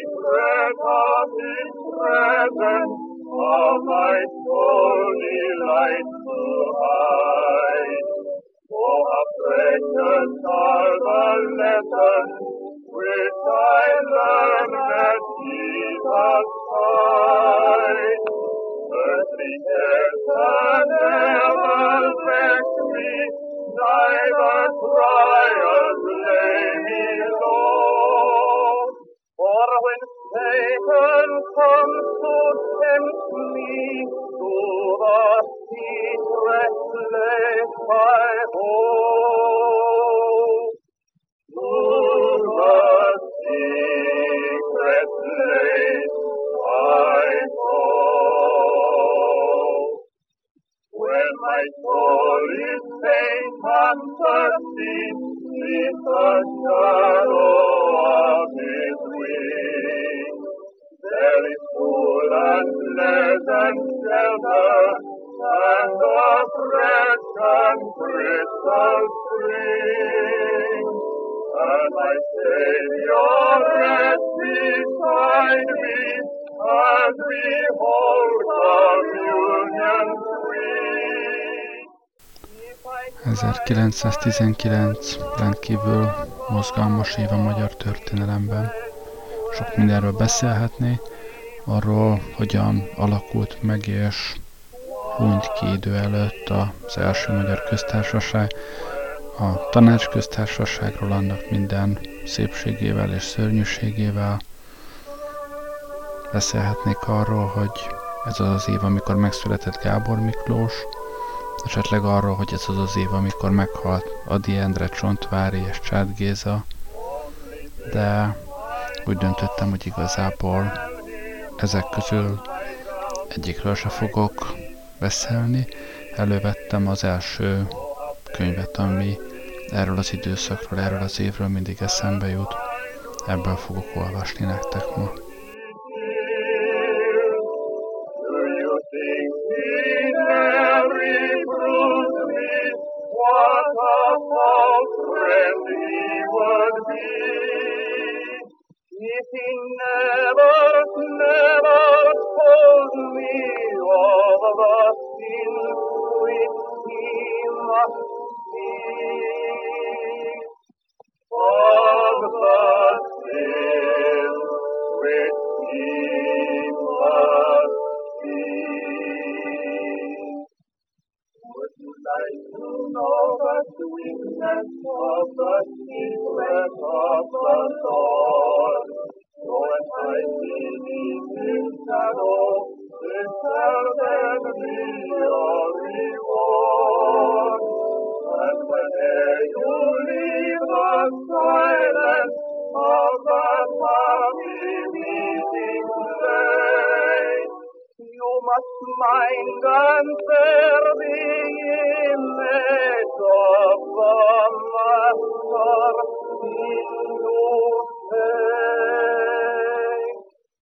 secret of His presence, of my soul delight to hide. Oh, how precious are the lessons which I learn at Jesus' side. Earthly cares can never vex me, neither trials lay me low. For when Satan comes to tempt me to the secret place I hold, to the secret place I go. When my soul is faint and thirsty, beneath the shadow of His wing, there is cool and pleasant shelter, and a fresh and crystal spring. And my Savior rests beside me, as we hold communion sweet. 1919 rendkívül mozgalmas év a magyar történelemben. Sok mindenről beszélhetné, arról, hogyan alakult meg és hunyt ki idő előtt az első magyar köztársaság, a tanácsköztársaságról, annak minden szépségével és szörnyűségével. Beszélhetnék arról, hogy ez az az év, amikor megszületett Gábor Miklós, esetleg arról, hogy ez az az év, amikor meghalt Ady Endre, Csontváry és Csád Géza, de úgy döntöttem, hogy igazából ezek közül egyikről se fogok beszélni. Elővettem az első könyvet, ami erről az időszakról, erről az évről mindig eszembe jut. Ebből fogok olvasni nektek ma. If he never told me of the sins which he must see, of the sins which he must see. Would you like to know the sweetness of the secret of the Lord? Go and hide beneath His shadow, His heaven be your reward. And whenever you leave the silence of that happy meeting place, you must mind and bear the image of the Master in your faith.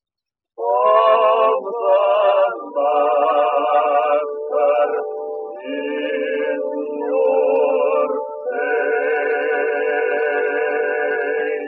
Of the Master in your faith.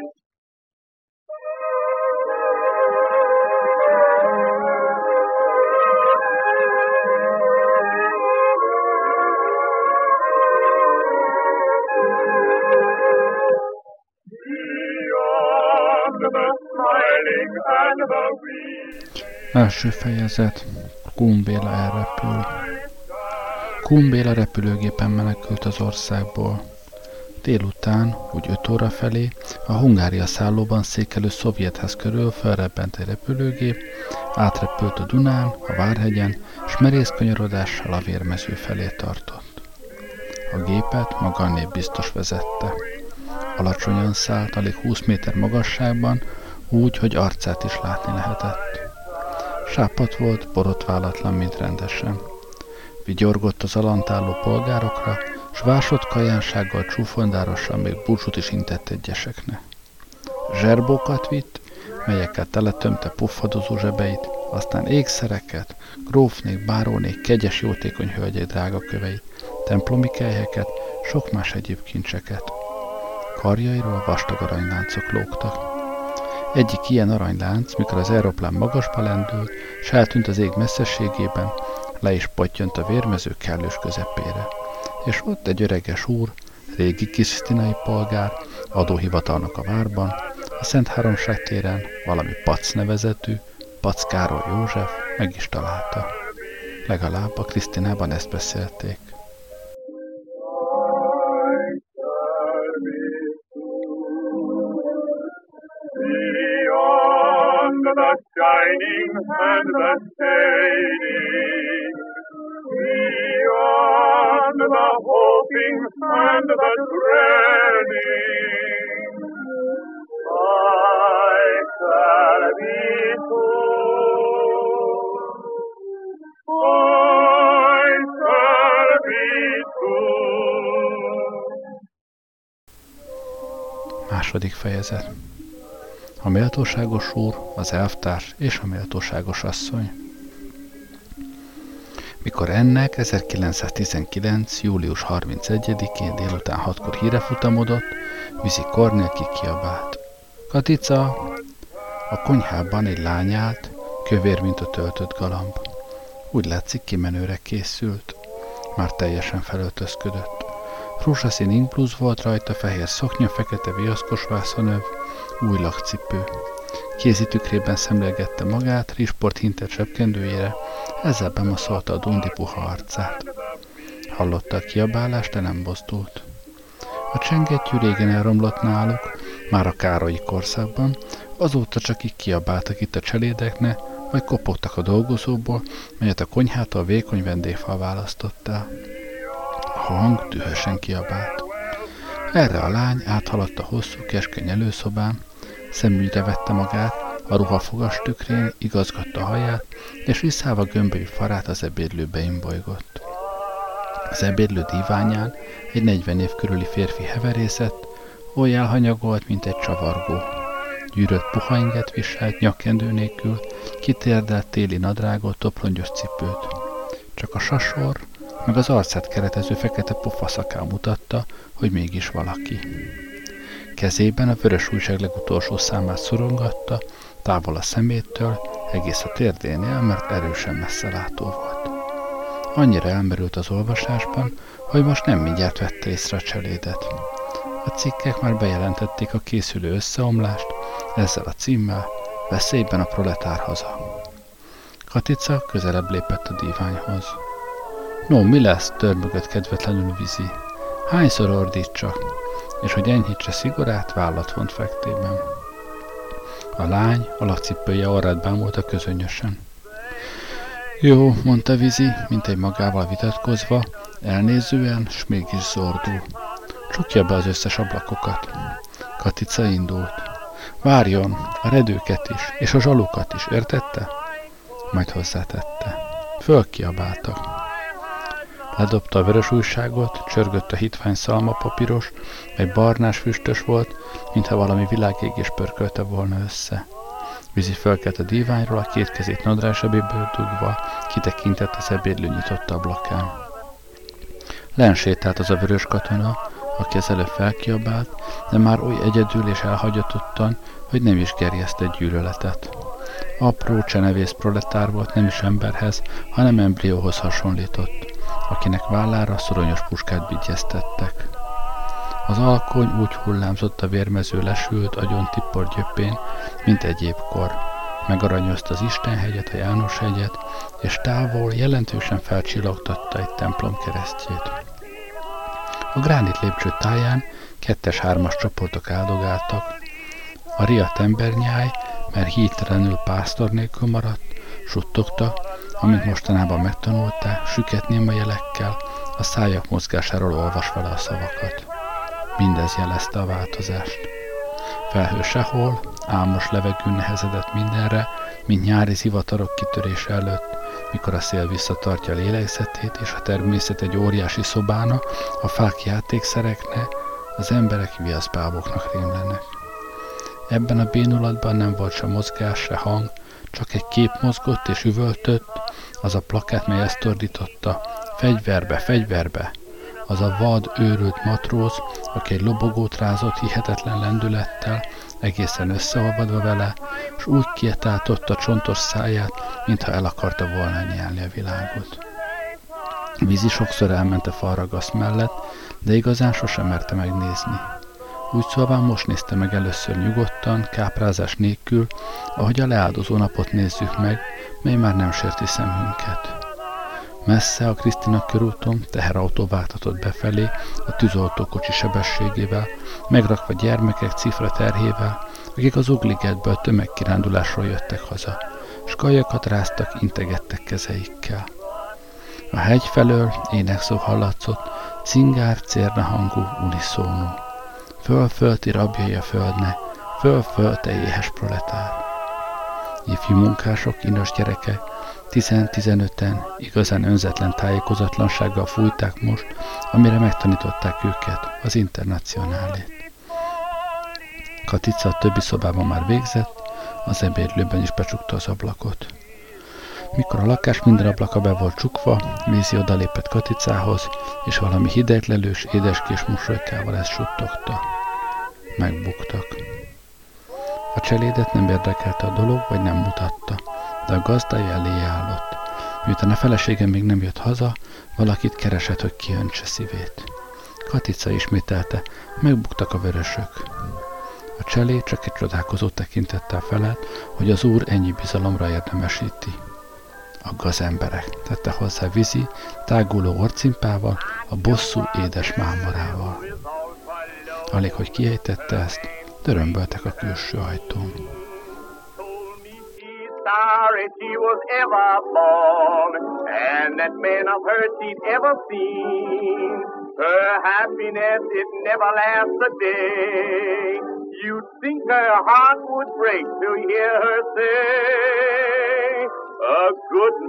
Első fejezet. Kun Béla elrepül. Kun Béla repülőgépen menekült az országból. Délután, úgy 5 óra felé, a Hungária szállóban székelő szovjetház körül felrebbent egy repülőgép, átrepült a Dunán, a Várhegyen, s merész kanyarodással a Vérmező felé tartott. A gépet maga a nép biztos vezette. Alacsonyan szállt, alig 20 méter magasságban, úgy, hogy arcát is látni lehetett. Sápadt volt, borotválatlan, mint rendesen. Vigyorgott az alant álló polgárokra, s vásott kajánsággal csúfondárosan még búcsút is intett egyeseknek. Zserbókat vitt, melyekkel teletömte puffadozó zsebeit, aztán ékszereket, grófnék, bárónék, kegyes jótékony hölgyek drága köveit, templomi kelyheket, sok más egyéb kincseket. Karjairól vastag aranyláncok lógtak. Egyik ilyen aranylánc, mikor az aeroplán magasba lendült, s eltűnt az ég messzességében, le is pottyant a vérmező kellős közepére. És ott egy öreges úr, régi krisztinai polgár, adóhivatalnok a várban, a Szent Háromság téren valami Pac nevezetű, Pac Károly József meg is találta. Legalább a Krisztinában ezt beszélték. The shining and the shading, beyond the hoping and the dreading, I shall be true. I shall be true. Második fejezet. A méltóságos úr, az elvtárs és a méltóságos asszony. Mikor ennek 1919. július 31-én délután 6-kor híre futamodott, Vizi Kornél kikiabált. Katica! A konyhában egy lány állt, kövér, mint a töltött galamb. Úgy látszik, kimenőre készült. Már teljesen felöltözködött. Rózsaszín ingblúz volt rajta, fehér szoknya, fekete viaszkos vászonöv, új lakcipő. Kézitükrében szemlélgette magát, rizsport hintett zsebkendőjére, ezzel bemaszolta a dundi puha arcát. Hallotta a kiabálást, de nem mozdult. A csengettyű régen elromlott náluk, már a Károlyi korszakban, azóta csak így kiabáltak itt a cselédeknek, vagy kopogtak a dolgozóból, melyet a konyhától vékony vendégfal választott el. A hang dühösen kiabált. Erre a lány áthaladt a hosszú, keskeny előszobán, szemügyre vette magát, a ruha fogas tükrén igazgatta a haját, és visszálva gömbölyű farát az ebédlőbe imbolygott. Az ebédlő díványán egy 40 év körüli férfi heverészett, oly elhanyagolt, mint egy csavargó. Gyűrött puhainget viselt, nyakkendő nélkül, kitérdelt téli nadrágot, toplongyos cipőt. Csak a sasor, meg az arcát keretező fekete pofaszakán mutatta, hogy mégis valaki. Kezében a vörös újság legutolsó számát szorongatta, távol a szeméttől, egész a térdénél, mert erősen messzelátó volt. Annyira elmerült az olvasásban, hogy most nem mindjárt vette észre a cselédet. A cikkek már bejelentették a készülő összeomlást, ezzel a címmel: Veszélyben a proletár haza. Katica közelebb lépett a díványhoz. No, mi lesz? Törmögött kedvetlenül Vizi. Hányszor ordítsak? És hogy enyhítse szigorát, vállat vont fektében. A lány a lakcipője orrát bámulta közönösen. Jó, mondta Vizi, mint egy magával vitatkozva, elnézően, s mégis zordul. Csukja be az összes ablakokat. Katica indult. Várjon, a redőket is, és a zsalukat is, értette? Majd hozzátette. Fölkiabáltak. Ledobta a vörös újságot, csörgött a hitvány szalmapapíros, mely barnás füstös volt, mintha valami világégés pörkölte volna össze. Vizi fölkelt a díványról, a két kezét nadrágsebéből dugva, kitekintett az ebédlő nyitott ablakán. Lensétált az a vörös katona, aki az előbb felkiabált, de már oly egyedül és elhagyatottan, hogy nem is gerjesztett gyűlöletet. Apró, csenevész proletár volt, nem is emberhez, hanem embrióhoz hasonlított, akinek vállára szoronyos puskát vigyeztettek. Az alkony úgy hullámzott a vérmező lesült, agyon tipport gyöpén, mint egyébkor. Megaranyozta az Istenhegyet, a Jánoshegyet, és távol jelentősen felcsillogtatta egy templom keresztjét. A gránit lépcső táján 2-3-as csoportok áldogáltak. A riadt embernyáj, mert hirtelenül pásztor nélkül maradt, suttogta, amint mostanában megtanulták, süket néma jelekkel, a szájak mozgásáról olvasva le a szavakat. Mindez jelezte a változást. Felhő sehol, álmos levegő nehezedett mindenre, mint nyári zivatarok kitörése előtt, mikor a szél visszatartja a lélegzetét, és a természet egy óriási szobána, a fák játékszereknek, az emberek viaszbáboknak rémlenek. Ebben a bénulatban nem volt se mozgás, se hang, csak egy kép mozgott és üvöltött, az a plakát, mely ezt ordította: fegyverbe, fegyverbe! Az a vad, őrült matróz, aki egy lobogót rázott hihetetlen lendülettel, egészen összeolvadva vele, s úgy kietáltotta csontos száját, mintha el akarta volna nyelni a világot. Vizi sokszor elment a falragasz mellett, de igazán sosem merte megnézni. Úgy szólván most nézte meg először nyugodtan, káprázás nélkül, ahogy a leáldozó napot nézzük meg, mely már nem sérti szemünket. Messze a Krisztina körúton teherautó váltatott befelé a tűzoltókocsi sebességével, megrakva gyermekek cifra terhével, akik az Ugligetből tömegkirándulásról jöttek haza, s kajakat ráztak, integettek kezeikkel. A hegy felől énekszó hallatszott, cingár, cérna hangú uniszónó. Föl-föl, ti rabjai a földnek, föl-föl, te éhes proletár. Ifjú munkások, inas gyerekek, 10-15-en igazán önzetlen tájékozatlansággal fújták most, amire megtanították őket, az internacionálét. Katica a többi szobában már végzett, az ebédlőben is becsukta az ablakot. Mikor a lakás minden ablaka be volt csukva, Vizi odalépett Katicához, és valami hideglelős, édeskés mosolykával ezt suttogta. Megbuktak. A cselédet nem érdekelte a dolog, vagy nem mutatta, de a gazdája elé állott. Miután a felesége még nem jött haza, valakit keresett, hogy kiöntse szívét. Katica ismételte, megbuktak a vörösök. A cselé csak egy csodálkozó tekintettel felelt, hogy az úr ennyi bizalomra érdemesíti. A gazemberek, tette hozzá Vizi, táguló orcimpával, a bosszú édes mámorával. Alig, hogy kiejtette ezt, dörömböltek a külső ajtón. Sorry she was ever born, and that man of her she'd ever seen. Her happiness, it never lasts a day. You'd think her heart would break to hear her say, a good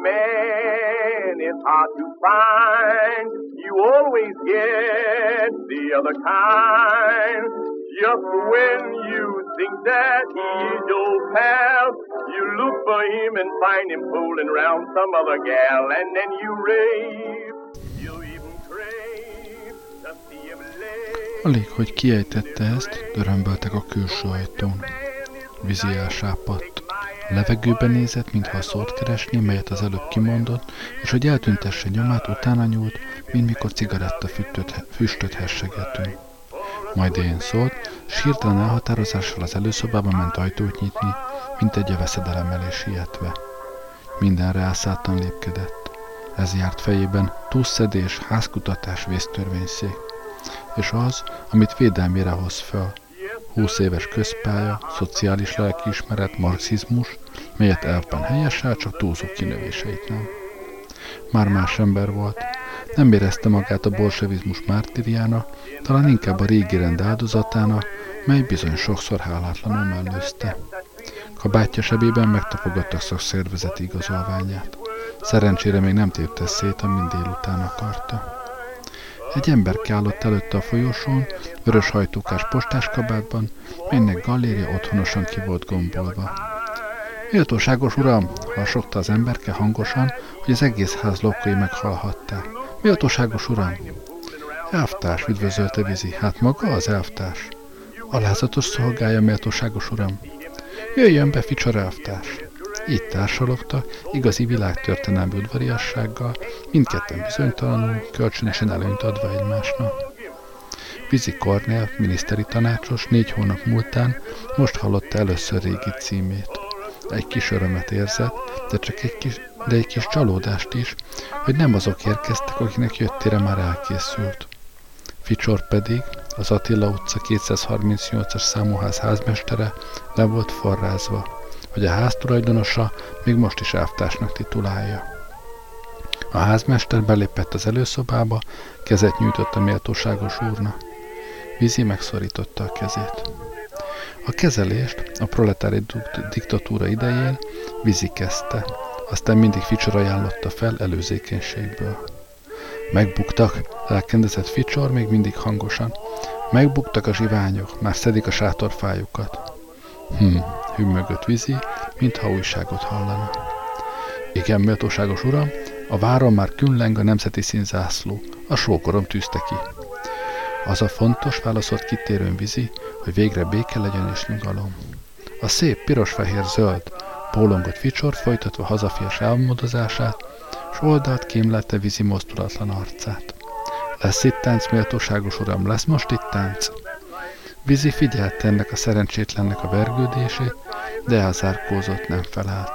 man is hard to find. You always get the other kind. Just when you think that he's your pal, you look for him and find him fooling around some other gal, and then you rave, you even crave to see him lay. Alig, hogy kiejtette ezt, dörömböltek a külső ajtón. Vizi elsápadt. A levegőben nézett, mintha a szót keresné, melyet az előbb kimondott, és hogy eltüntesse nyomát, utána nyúlt, mint mikor cigaretta füstöt hessegetünk. Majd én szólt, s hirtelen elhatározással az előszobába ment ajtót nyitni, mint egy a veszedelem elé sietve. Mindenre álszáltan lépkedett. Ez járt fejében túlszedés, házkutatás, vésztörvényszék. És az, amit védelmére hoz föl. 20 éves közpálya, szociális lelkiismeret, marxizmus, melyet elvben helyesel, csak túlzó kinövéseit nem. Már más ember volt. Nem érezte magát a bolsevizmus mártíriának, talán inkább a régi rend áldozatának, mely bizony sokszor hálátlanul mellőzte. Kabátja sebében megtapogattak szakszervezeti igazolványát. Szerencsére még nem tépte szét, amint délután akarta. Egy emberke állott előtte a folyosón, vörös hajtókás postáskabátban, melynek galléria otthonosan ki volt gombolva. Méltóságos uram, harsogta az emberke hangosan, hogy az egész ház lókai meghallhatták. Méltóságos uram! Elvtárs, üdvözölte Vizi. Hát maga az elvtárs? Alázatos szolgálja, méltóságos uram. Jöjjön be, Ficsor elvtárs! Így társalogtak, igazi világtörténelmi udvariassággal, mindketten bizonytalanul, kölcsönösen előnyt adva egymásnak. Vizi Kornél, miniszteri tanácsos 4 hónap múltán most hallotta először régi címét. Egy kis örömet érzett, de egy kis csalódást is, hogy nem azok érkeztek, akiknek jöttére már elkészült. Ficsor pedig, az Attila utca 238-as számú ház házmestere le volt forrázva, hogy a ház tulajdonosa még most is elvtársnak titulálja. A házmester belépett az előszobába, kezet nyújtott a méltóságos úrnak. Vizi megszorította a kezét. A kezelést a proletári diktatúra idején Vizi kezdte, aztán mindig Ficsor ajánlotta fel előzékenységből. Megbuktak, lelkendezett Ficsor még mindig hangosan. Megbuktak a zsiványok, már szedik a sátorfájukat. Hümmögött Vizi, mintha újságot hallana. Igen, méltóságos uram, a váron már künleng a nemzeti színzászló, a sógorom tűzte ki. Az a fontos, válaszolt kitérőn Vizi, hogy végre béke legyen és nyugalom. A szép piros-fehér-zöld bólongott Ficsor folytatva hazafias álmodozását, s oldalt kémlette Vizi mozdulatlan arcát. Lesz itt tánc, méltóságos uram, lesz most itt tánc? Vizi figyelte ennek a szerencsétlennek a vergődését, de elzárkózott, nem felállt.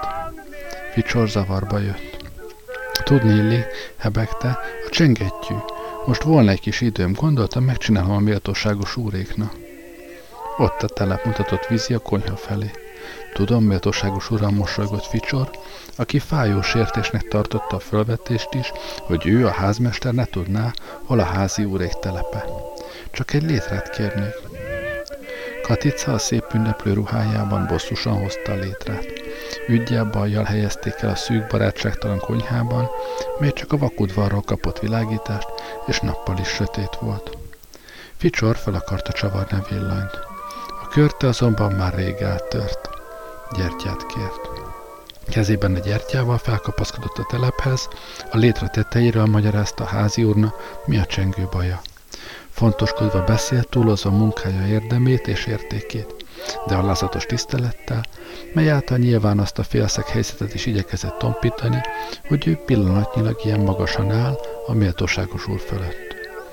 Ficsor zavarba jött. Tudni illik, hebegte, a csengettyű. Most volna egy kis időm, gondoltam, megcsinálom a méltóságos úrékna. Ott a telep, mutatott Vizi a konyha felé. Tudom, méltóságos uram, mosolygott Ficsor, aki fájó sértésnek tartotta a fölvetést is, hogy ő, a házmester ne tudná, hol a házi úrék telepe. Csak egy létrát kérnék. Katica a szép ünneplő ruhájában bosszusan hozta a létrát. Üggyel bajjal helyezték el a szűk barátságtalan konyhában, mely csak a vakudvarról kapott világítást, és nappal is sötét volt. Ficsor fel akarta csavarni a villanyt. A körte azonban már rég eltört. Gyertyát kért. Kezében egy gyertyával felkapaszkodott a telephez, a létre tetejéről magyarázta a házi úrna, mi a csengő baja. Fontoskodva beszélt, túlozva munkája érdemét és értékét, de alázatos tisztelettel, mely által nyilván azt a félszeg helyzetet is igyekezett tompítani, hogy ő pillanatnyilag ilyen magasan áll a méltóságos úr fölött.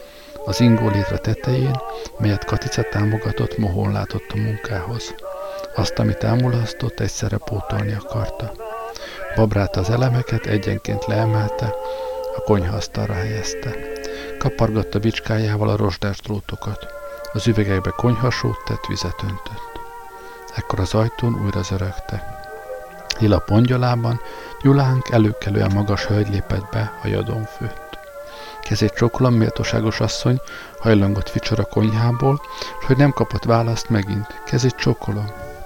Az ingó létre tetején, melyet Katica támogatott, mohón látott a munkához. Azt, amit elmulasztott, egyszerre pótolni akarta. Babrálta az elemeket, egyenként leemelte, a konyhaasztalra helyezte. Kapargatta bicskájával a rozsdás drótokat. Az üvegekbe konyhasót tett, vizet öntött. Ekkor az ajtón újra zörögte. Lila pongyolában Gyulánk előkelően magas hölgy lépett be, a jadon főtt. Kezét csókolom, méltóságos asszony, hajlongott Ficsor a konyhából, s hogy nem kapott választ megint. Kezét csókolom.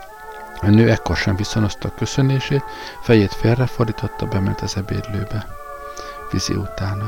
A nő ekkor sem viszonozta a köszönését, fejét félrefordította, bement az ebédlőbe. Vizi utána.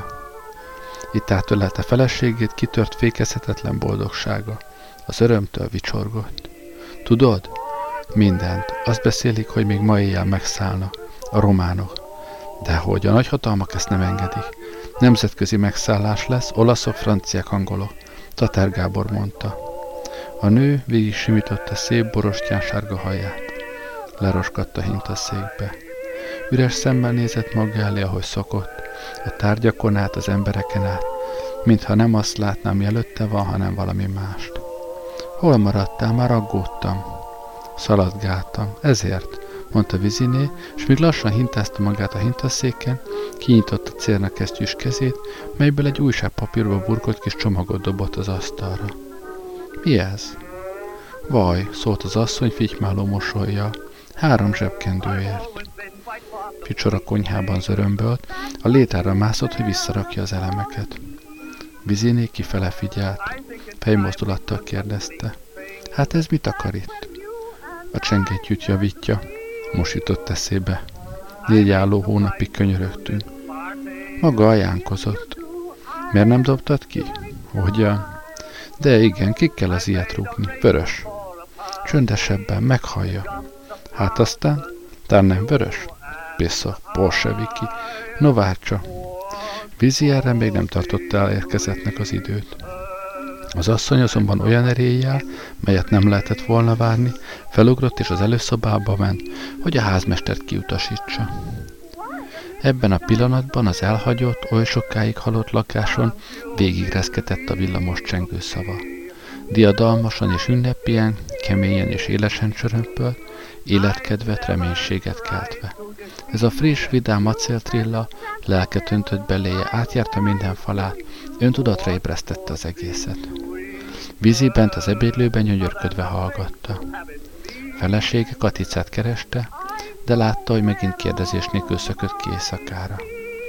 Itt átölelte feleségét, kitört fékezhetetlen boldogsága. Az örömtől vicsorgott. Tudod? Mindent. Azt beszélik, hogy még ma éjjel megszállna. A románok. Dehogy, a nagyhatalmak ezt nem engedik. Nemzetközi megszállás lesz, olaszok, franciák, angolok. Tatár Gábor mondta. A nő végig simította szép borostyán sárga haját. Leroskadt a hintaszékbe. Üres szemmel nézett maga elé, ahogy szokott. A tárgyakon át, az embereken át, mintha nem azt látná, ami előtte van, hanem valami mást. Hol maradtál? Már aggódtam. Szaladgáltam. Ezért, mondta Viziné, és míg lassan hintázta magát a hintaszéken, kinyitotta cérnakesztyűs kezét, melyből egy újságpapírba burkolt kis csomagot dobott az asztalra. Mi ez? Vaj, szólt az asszony fitymáló mosollyal. 3 zsebkendőért. Ficsor a konyhában zörömbölt, a létára mászott, hogy visszarakja az elemeket. Viziné kifele figyelt. Fejmozdulattal kérdezte. Hát ez mit akar itt? A csengettyűt javítja, most jutott eszébe. 4 álló hónapig könyörögtünk. Maga ajánkozott. Miért nem dobtad ki? Hogyan? De igen, ki kell az ilyet rúgni. Vörös. Csöndesebben, meghallja. Hát aztán? Tán nem vörös? Pisza, bolseviki. Novárcsa. Vizi erre még nem tartotta el érkezetnek az időt. Az asszony azonban olyan eréllyel, melyet nem lehetett volna várni, felugrott és az előszobába ment, hogy a házmestert kiutasítsa. Ebben a pillanatban az elhagyott, oly sokáig halott lakáson végigreszketett a villamos csengőszava. Diadalmasan és ünnepien, keményen és élesen csörömpölt, életkedvet, reménységet keltve. Ez a friss, vidám acéltrilla lelket öntött beléje, átjárta minden falát, öntudatra ébresztette az egészet. Vizi bent az ebédlőben gyönyörködve hallgatta. Felesége Katicát kereste, de látta, hogy megint kérdezés nélkül szökött ki éjszakára.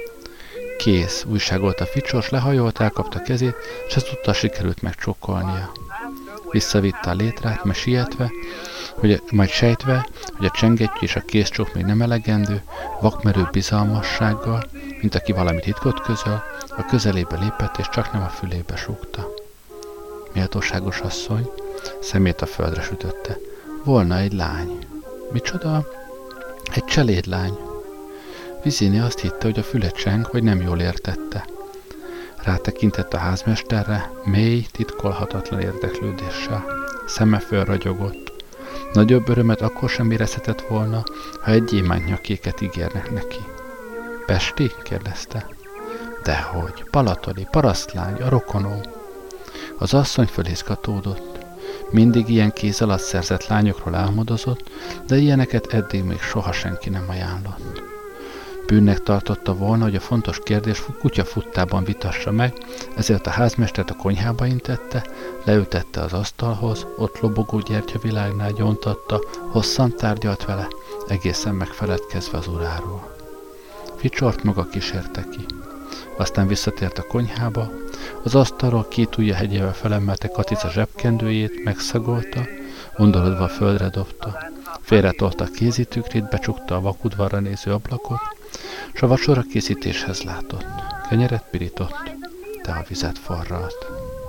Kész, újságolta Ficsors, lehajolt, elkapta kezét, s ezúttal sikerült megcsókolnia. Visszavitte a létrát, mert sietve, majd sejtve, hogy a csengettyű és a kézcsók még nem elegendő, vakmerő bizalmassággal, mint aki valami titkot közöl, a közelébe lépett és csak nem a fülébe súgta. Méltóságos asszony szemét a földre sütötte. Volna egy lány. Micsoda? Egy cselédlány. Viziné azt hitte, hogy a füle cseng, hogy nem jól értette. Rátekintett a házmesterre, mély, titkolhatatlan érdeklődéssel. Szeme fölragyogott. Nagyobb örömet akkor sem érezhetett volna, ha egy gyémántnyakéket ígérnek neki. Pesti? kérdezte. Dehogy, balatoni, parasztlány, a rokonom. Az asszony fölizgatódott. Mindig ilyen kéz alatt szerzett lányokról álmodozott, de ilyeneket eddig még soha senki nem ajánlott. Bűnnek tartotta volna, hogy a fontos kérdés kutyafuttában vitassa meg, ezért a házmestert a konyhába intette, leültette az asztalhoz, ott lobogó gyertyavilágnál gyontatta, hosszan tárgyalt vele, egészen megfeledkezve az uráról. Ficsort maga kísérte ki. Aztán visszatért a konyhába, az asztalról két ujja hegyével felemelte Katica zsebkendőjét, megszagolta, undorodva a földre dobta. Félretolta a kézitükrét, becsukta a vakudvarra néző ablakot, s a vacsora készítéshez látott. Kenyeret pirított, de a vizet forralt.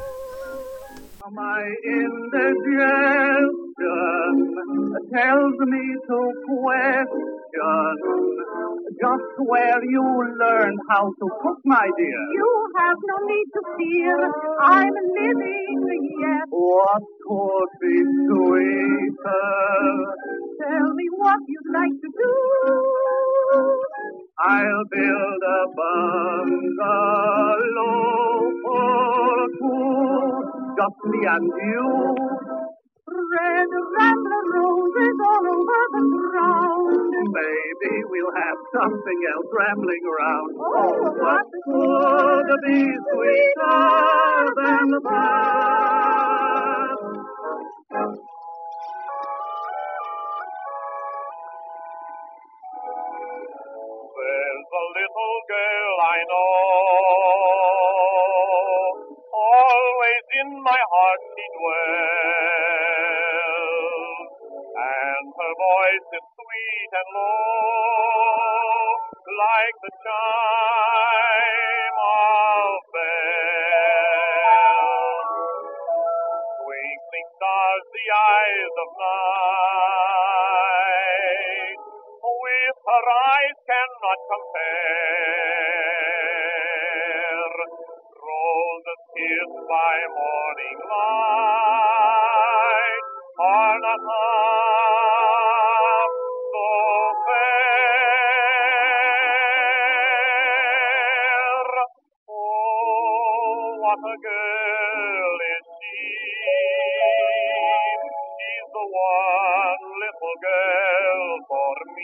My indigestion tells me to question just where you learned how to cook, my dear. You have no need to fear, I'm living yet. What could be sweeter? Tell me what you'd like to do. I'll build a bungalow for two, just me and you. Red rambler roses all over the ground. Maybe we'll have something else rambling around. Oh, what could be sweeter than that? There's a little girl I know, always in my heart she dwells, and her voice is sweet and low, like the chime of bells. Twinkling stars, the eyes of night, with her eyes cannot compare. Roses kissed by morning light are not half so fair. Oh, what a girl is she! She's the one little girl for me.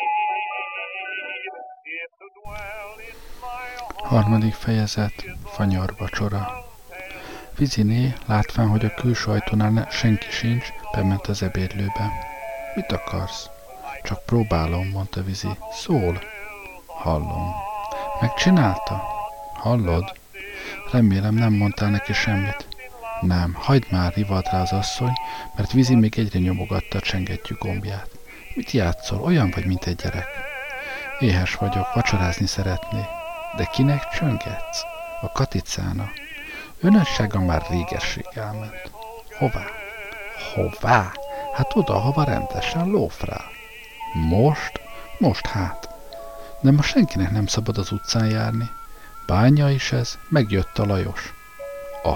Harmadik fejezet, fanyar vacsora. Viziné, látván, hogy a külső ajtónál senki sincs, bement az ebédlőbe. Mit akarsz? Csak próbálom, mondta Vizi. Szól. Hallom. Megcsinálta? Hallod? Remélem nem mondtál neki semmit. Nem, hagyd már, rivalt rá az asszony, mert Vizi még egyre nyomogatta a csengettyű gombját. Mit játszol? Olyan vagy, mint egy gyerek. Éhes vagyok, vacsorázni szeretnék. De kinek csöngetsz? A Katicának. Ő nagysága már régesség elment. Hová? Hová? Hát oda, hova rendesen lófrál. Most? Most hát. De most senkinek nem szabad az utcán járni. Bánya is ez, megjött a Lajos. A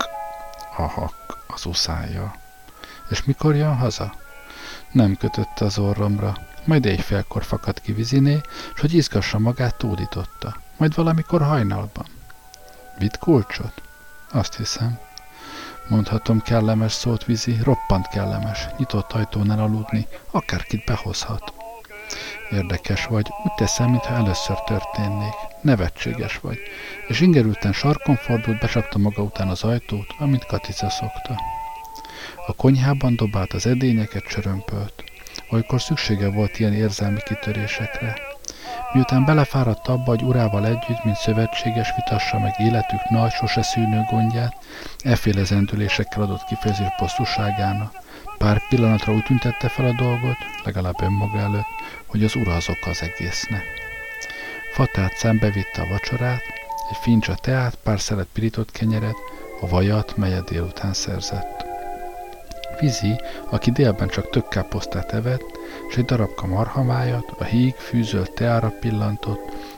hak, az uszája. És mikor jön haza? Nem kötötte az orromra. Majd éjfélkor fakadt ki Viziné, s hogy izgassa magát, tódította. Majd valamikor hajnalban. Vitt kulcsot? Azt hiszem. Mondhatom, kellemes, szólt Vizi, roppant kellemes. Nyitott ajtónál aludni, akárkit behozhat. Érdekes vagy, úgy teszem, mintha először történnék. Nevetséges vagy. És ingerülten sarkon fordult, becsapta maga után az ajtót, amint Katica szokta. A konyhában dobált az edényeket, csörömpölt. Olykor szüksége volt ilyen érzelmi kitörésekre. Miután belefáradt abba, hogy urával együtt, mint szövetséges vitassa meg életük nagy, sose szűnő gondját, efféle zendülésekkel adott kifejezés bosszúságának. Pár pillanatra úgy tüntette fel a dolgot, legalább önmaga előtt, hogy az ura az oka az egésznek. Fatárcán bevitte a vacsorát, egy fincsa teát, pár szelet pirított kenyeret, a vajat, melyet délután szerzett. Vizi, aki délben csak tökkáposztát evett, s egy darabka marhamájat, a híg fűzölt teára pillantott,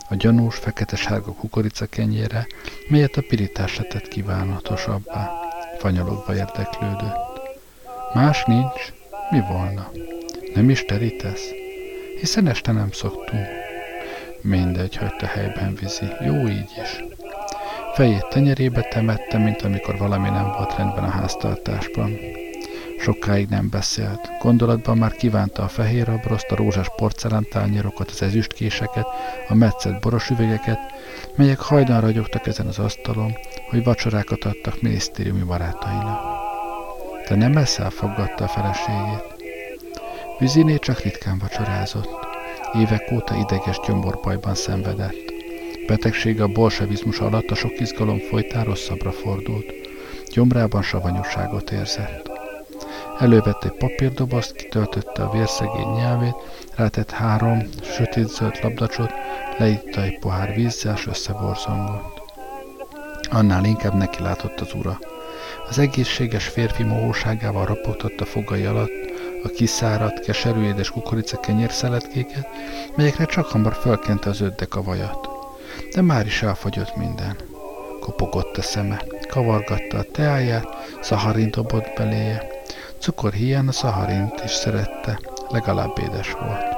a gyanús, fekete-sárga kukoricakenyére, melyet a pirítás tett kívánatosabbá. Fanyalogva érdeklődött. Más nincs? Mi volna? Nem is terítesz? Hiszen este nem szoktunk. Mindegy, hagyta helyben Vizi. Jó így is. Fejét tenyerébe temette, mint amikor valami nem volt rendben a háztartásban. Sokáig nem beszélt. Gondolatban már kívánta a fehér abroszt, a rózsás porcelántányérokat, az ezüstkéseket, a metszett boros üvegeket, melyek hajdan ragyogtak ezen az asztalon, hogy vacsorákat adtak minisztériumi barátainak. De nem eszel, fogadta a feleségét. Viziné csak ritkán vacsorázott. Évek óta ideges gyomborbajban szenvedett. Betegsége a bolsevizmus alatt a sok izgalom folytán rosszabbra fordult. Gyomrában savanyúságot érzett. Elővett egy papírdobozt, kitöltötte a vérszegény nyelvét, rátett 3 sötétzöld labdacsot, leitta egy pohár vízzel, s összeborzongott. Annál inkább neki látott az ura. Az egészséges férfi mohóságával ropogtatta fogai alatt a kiszáradt, keserű édes kukoricakenyér szeletkéket, melyekre csak hamar fölkente az öddek a vajat. De már is elfogyott minden. Kopogott a szeme, kavargatta a teáját, szaharint dobott beléje. Cukor hiány a szaharint is szerette, legalább édes volt.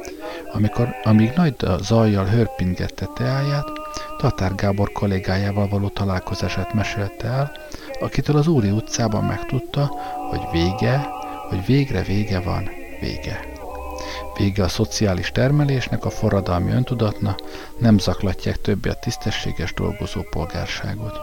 Amíg nagy zajjal hörpingette teáját, Tatár Gábor kollégájával való találkozását mesélte el, akitől az Úri utcában megtudta, hogy végre vége van, vége. Vége a szociális termelésnek, a forradalmi öntudatnak, nem zaklatják többé a tisztességes dolgozó polgárságot.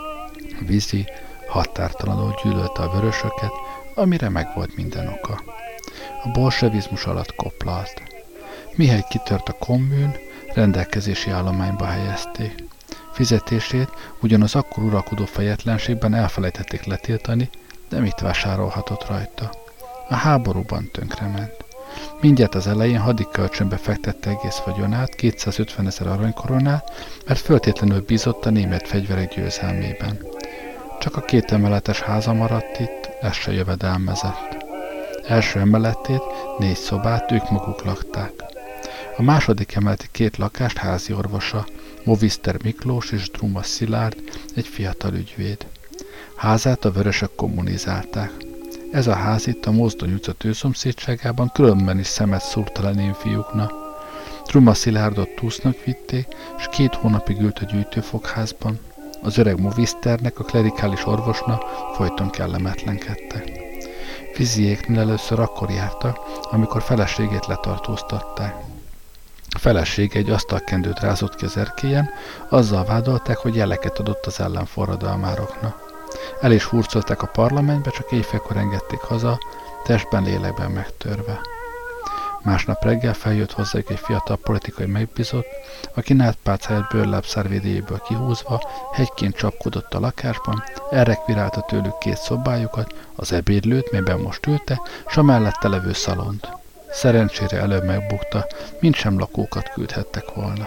Vizi határtalanul gyűlölte a vörösöket, amire megvolt minden oka. A bolsevizmus alatt koplalt. Mihely kitört a kommunn, rendelkezési állományba helyezték. Fizetését ugyanaz akkor uralkodó fejetlenségben elfelejtették letiltani, de mit vásárolhatott rajta? A háborúban tönkrement. Mindjárt az elején hadikölcsönbe fektette egész vagyonát, 250 000 aranykoronát, mert föltétlenül bízott a német fegyverek győzelmében. Csak a 2 emeletes háza maradt itt, ez se jövedelmezett. Első emeletét, 4 szobát ők maguk lakták. A második emeleti 2 lakást házi orvosa, Moviszter Miklós és Druma Szilárd, egy fiatal ügyvéd. Házát a vörösök kommunizálták. Ez a ház itt a Mozdony utca tőszomszédságában különben is szemet szúrt a Lenin fiúknak. Druma Szilárdot túsznak vitték, és 2 hónapig ült a gyűjtőfogházban. Az öreg Moviszternek, a klerikális orvosnak folyton kellemetlenkedtek. Viziéknél először akkor jártak, amikor feleségét letartóztatták. A felesége egy asztalkendőt rázott ki az erkélyen, azzal vádolták, hogy jeleket adott az ellenforradalmároknak. El is hurcolták a parlamentbe, csak éjfélkor engedték haza, testben, lélekben megtörve. Másnap reggel feljött hozzájuk egy fiatal politikai megbízott, aki nátpálcáját bőrlábszárvédéjéből kihúzva hegyként csapkodott a lakásban, elrekvirálta tőlük 2 szobájukat, az ebédlőt, melyben most ülte, s a mellette levő szalont. Szerencsére előbb megbukta, mintsem lakókat küldhettek volna.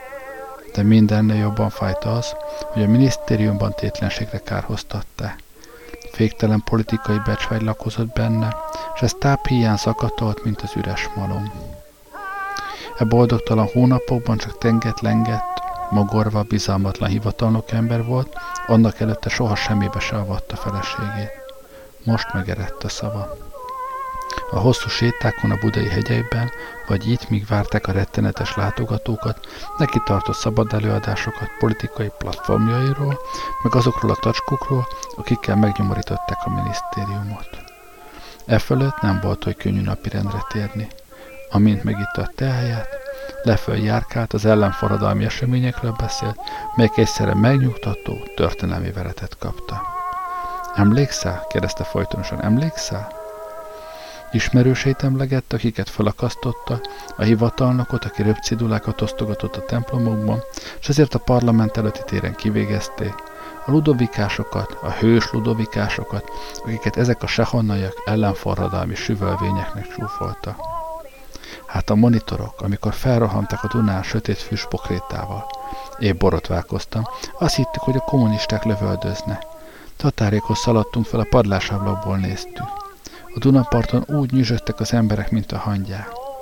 De mindennél jobban fájta az, hogy a minisztériumban tétlenségre kárhoztatták. Féktelen politikai becsvágy lakozott benne, és ez táphiány zakatolt, mint az üres malom. E boldogtalan hónapokban csak tengett-lengett, mogorva, bizalmatlan hivatalnok ember volt, annak előtte soha semmibe se avatta feleségét. Most megerett a szava. A hosszú sétákon a budai hegyekben, vagy itt, míg várták a rettenetes látogatókat, neki tartott szabad előadásokat politikai platformjairól, meg azokról a tacskókról, akikkel megnyomorították a minisztériumot. Fölött nem volt, hogy könnyű napirendre térni. Amint megitta a teáját, leföl járkált, az ellenforradalmi eseményekről beszélt, melyek egyszerre megnyugtató, történelmi veretet kapta. Emlékszel? Kérdezte folytonosan. Emlékszel? Ismerőseit emlegette, akiket felakasztotta, a hivatalnokot, aki röpcidulákat osztogatott a templomokban, és ezért a parlament előtti téren kivégezték, a ludovikásokat, a hős ludovikásokat, akiket ezek a sehonnaiak ellenforradalmi süvölvényeknek csúfoltak. Hát a monitorok, amikor felrohantak a Dunán sötét füstpokrétával. Épp borotválkoztam, azt hittük, hogy a kommunisták lövöldöznek. Tatárékhoz szaladtunk fel, a padlásablakból néztük. A Dunaparton úgy nyüzsögtek az emberek, mint a hangyák.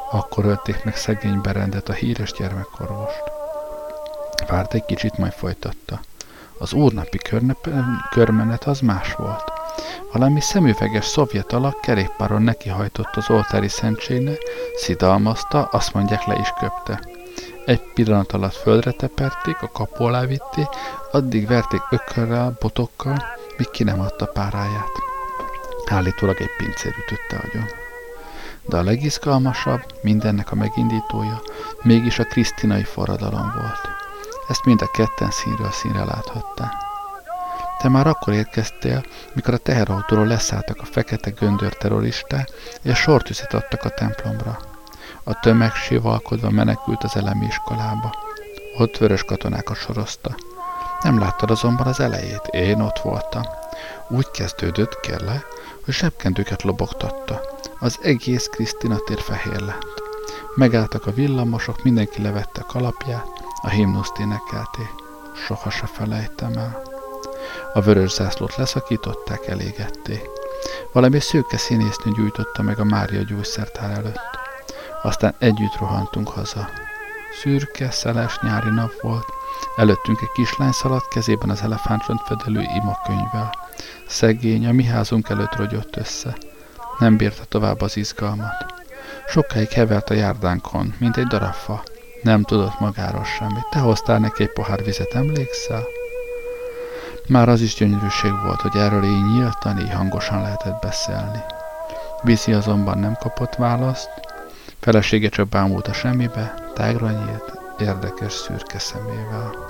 Akkor ölték meg szegény Berendet, a híres gyermekorvost. Várt egy kicsit, majd folytatta. Az úrnapi körmenet az más volt. Valami szemüveges szovjet alak kerékpáron nekihajtott az oltári szentségnek, szidalmazta, azt mondják, le is köpte. Egy pillanat alatt földre teperték, a kapu alá vitték, addig verték ökörrel, botokkal, míg ki nem adta páráját. Állítólag egy pincér ütötte agyon. De a legizgalmasabb, mindennek a megindítója, mégis a krisztinai forradalom volt. Ezt mind a ketten színről színre láthatták. Te már akkor érkeztél, mikor a teherautóról leszálltak a fekete göndör terroristák, és sortüzet adtak a templomra. A tömeg sivalkodva menekült az elemi iskolába. Ott vörös katonákat sorozta. Nem láttad azonban az elejét, én ott voltam. Úgy kezdődött, kérlek, hogy zsebkendőket lobogtatta. Az egész Krisztina tér fehér lett. Megálltak a villamosok, mindenki levette a kalapját, a himnuszt énekelték. Soha se felejtem el. A vörös zászlót leszakították, elégették. Valami szőke színésznő gyújtotta meg a Mária gyógyszertár előtt. Aztán együtt rohantunk haza. Szürke, szeles nyári nap volt. Előttünk egy kislány szaladt, kezében az elefántcsontfedelű imakönyvvel. Szegény, a mi házunk előtt rogyott össze. Nem bírta tovább az izgalmat. Sokáig hevert a járdánkon, mint egy darab fa. Nem tudott magáról semmit. Te hoztál neki egy pohár vizet, emlékszel? Már az is gyönyörűség volt, hogy erről így nyíltan, így hangosan lehetett beszélni. Vizi azonban nem kapott választ. Felesége csak bámult a semmibe, tágra nyílt, érdekes szürke szemével.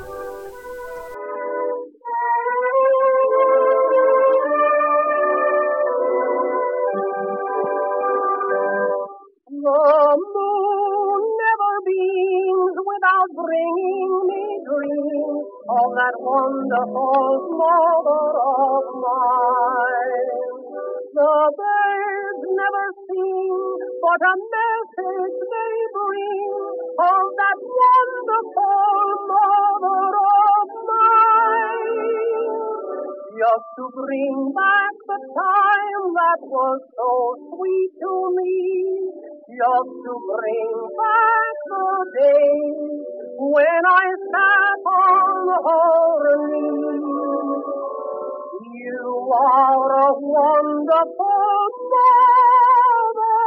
The moon never beams without bringing me dreams of that wonderful mother of mine. The birds never sing, but a message they bring of that wonderful mother of mine. Just to bring back the time that was so sweet to me. Just to bring back the days when I sat on her knee. You are a wonderful mother,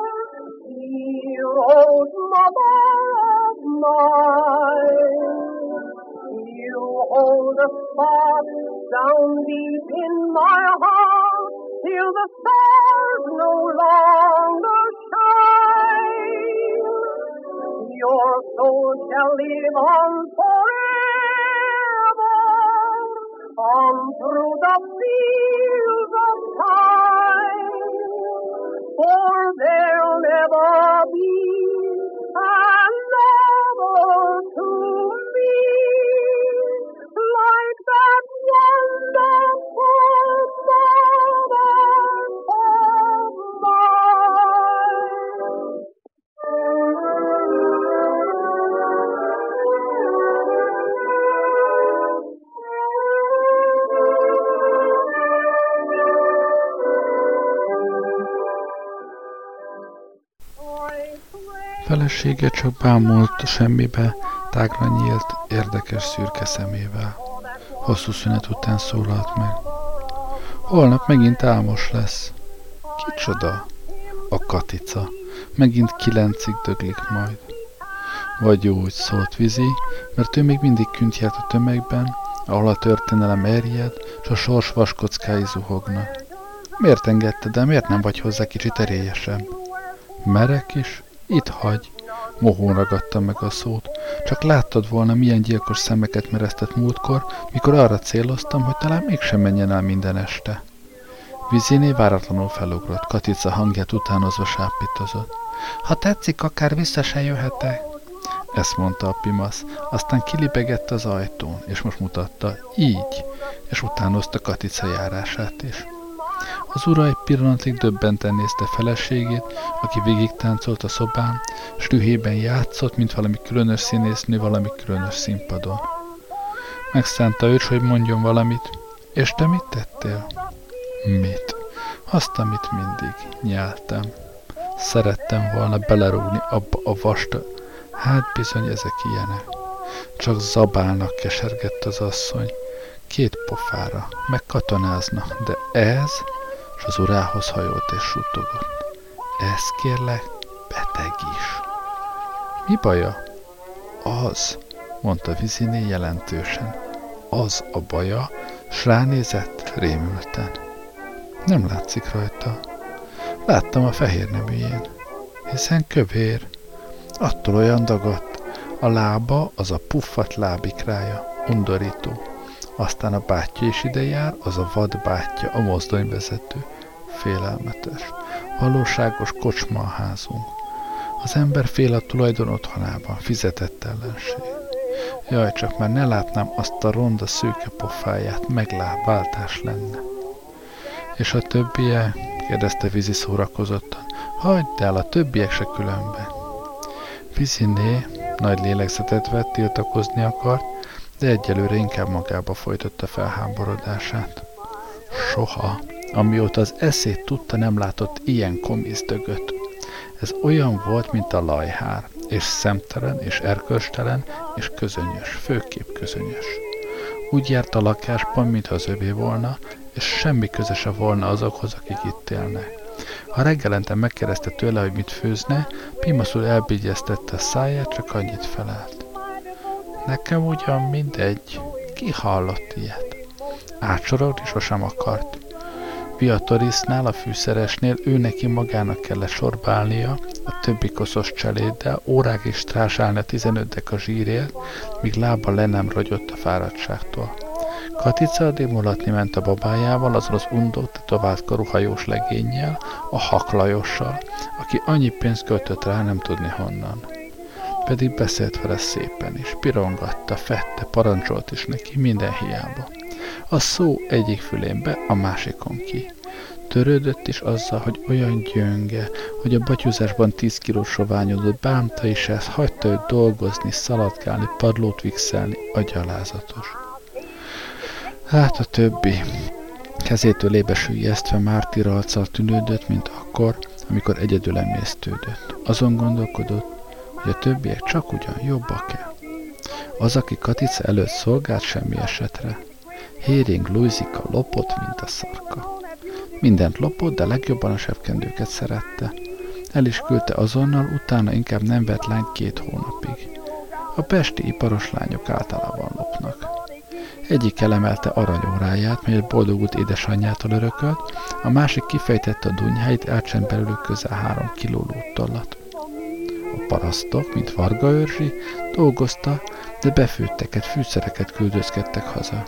heroes mother of mine. You hold a spot down deep in my heart till the stars no longer shine. Your soul shall live on forever, on through the fields of time. For there'll never be another to me like that wonderful mother of mine. Felesége csak bámult semmibe, tágra nyílt, érdekes szürke szemével. Hosszú szünet után szólalt meg. Holnap megint álmos lesz. Kicsoda? A Katica. Megint 9-ig döglik majd. Vagy úgy, szólt Vizi, mert ő még mindig künt járt a tömegben, ahol a történelem erjed, s a sors vaskockái zuhognak. Miért engedted el, miért nem vagy hozzá kicsit erélyesebb? Merek is? Itt hagy. Mohón ragadta meg a szót. Csak láttad volna, milyen gyilkos szemeket meresztett múltkor, mikor arra céloztam, hogy talán mégsem menjen el minden este. Viziné váratlanul felugrott, Katica hangját utánozva sápítozott. Ha tetszik, akár vissza se jöhetek. Ezt mondta a pimasz, aztán kilibegett az ajtón, és most mutatta, így, és utánozta Katica járását is. Az ura egy pillanatig döbbenten nézte feleségét, aki végig táncolt a szobán, s dühében játszott, mint valami különös színésznő valami különös színpadon. Megszánta őt, hogy mondjon valamit. És te mit tettél? Mit? Azt, amit mindig. Nyeltem. Szerettem volna belerúgni abba a vastag. Hát bizony ezek ilyenek. Csak zabálnak, kesergett az asszony. 2 pofára, meg katonázna, de ez, s az urához hajolt és suttogott. Ez kérlek, beteg is. Mi baja? Az, mondta Viziné jelentősen. Az a baja, s ránézett rémülten. Nem látszik rajta. Láttam a fehér neműjén, hiszen kövér. Attól olyan dagadt. A lába, az a puffat lábikrája, undorító. Aztán a bátyja is ide jár, az a vad bátyja, a mozdonyvezető. Félelmetes. Valóságos kocsma a házunk. Az ember fél a tulajdon otthonában, fizetett ellenség. Jaj, csak már ne látnám azt a ronda szőke pofáját, váltás lenne. És a többie? Kérdezte Vizi szórakozottan. Hagyd el, a többiek se különben. Viziné nagy lélegzetet vett, tiltakozni akart, de egyelőre inkább magába folytotta felháborodását. Soha, amióta az eszét tudta, nem látott ilyen komiszdögöt. Ez olyan volt, mint a lajhár, és szemtelen, és erkölcstelen, és közönyös, főképp közönyös. Úgy járt a lakásban, mintha az övé volna, és semmi köze se volna azokhoz, akik itt élnek. Ha reggelente megkérdezte tőle, hogy mit főzne, Pimaszul elbigyeztette a száját, csak annyit felelt. Nekem ugyan mindegy, ki hallott ilyet? Átsorogni sosem akart. Viatorisnál, a fűszeresnél ő neki magának kellett sorbálnia, a többi koszos cseléddel, órákig strázsálni a 15 deka zsírért, míg lába le nem rogyott a fáradtságtól. Katica addig mulatni ment a babájával, azzal az undott, tetovált karú hajós legénnyel, a Haklajossal, aki annyi pénzt költött rá, nem tudni honnan. Pedig beszélt vele szépen is, pirongatta, fette, parancsolt is neki, minden hiába. A szó egyik fülén be, a másikon ki. Törődött is azzal, hogy olyan gyönge, hogy a batyúzásban 10 kilót soványodott, bánta is ezt, hagyta őt dolgozni, szaladgálni, padlót vixelni, agyalázatos. Hát a többi. Kezétől ébesüljesztve mártír arccal tűnődött, mint akkor, amikor egyedül emésztődött. Azon gondolkodott, hogy a többiek csak ugyan jobbak-e. Az, aki Katica előtt szolgált, semmi esetre. Héring Luizika lopott, mint a szarka. Mindent lopott, de legjobban a zsebkendőket szerette. El is küldte azonnal, utána inkább nem vett lányt 2 hónapig. A pesti iparos lányok általában lopnak. Egyik elemelte aranyóráját, melyet boldogult édesanyjától örökölt, a másik kifejtette a dunyháit, elcsend belőlük közel 3 kiló lúttollat. A parasztok, mint Varga Őrzsi, dolgoztak, de befőtteket, fűszereket küldözgettek haza.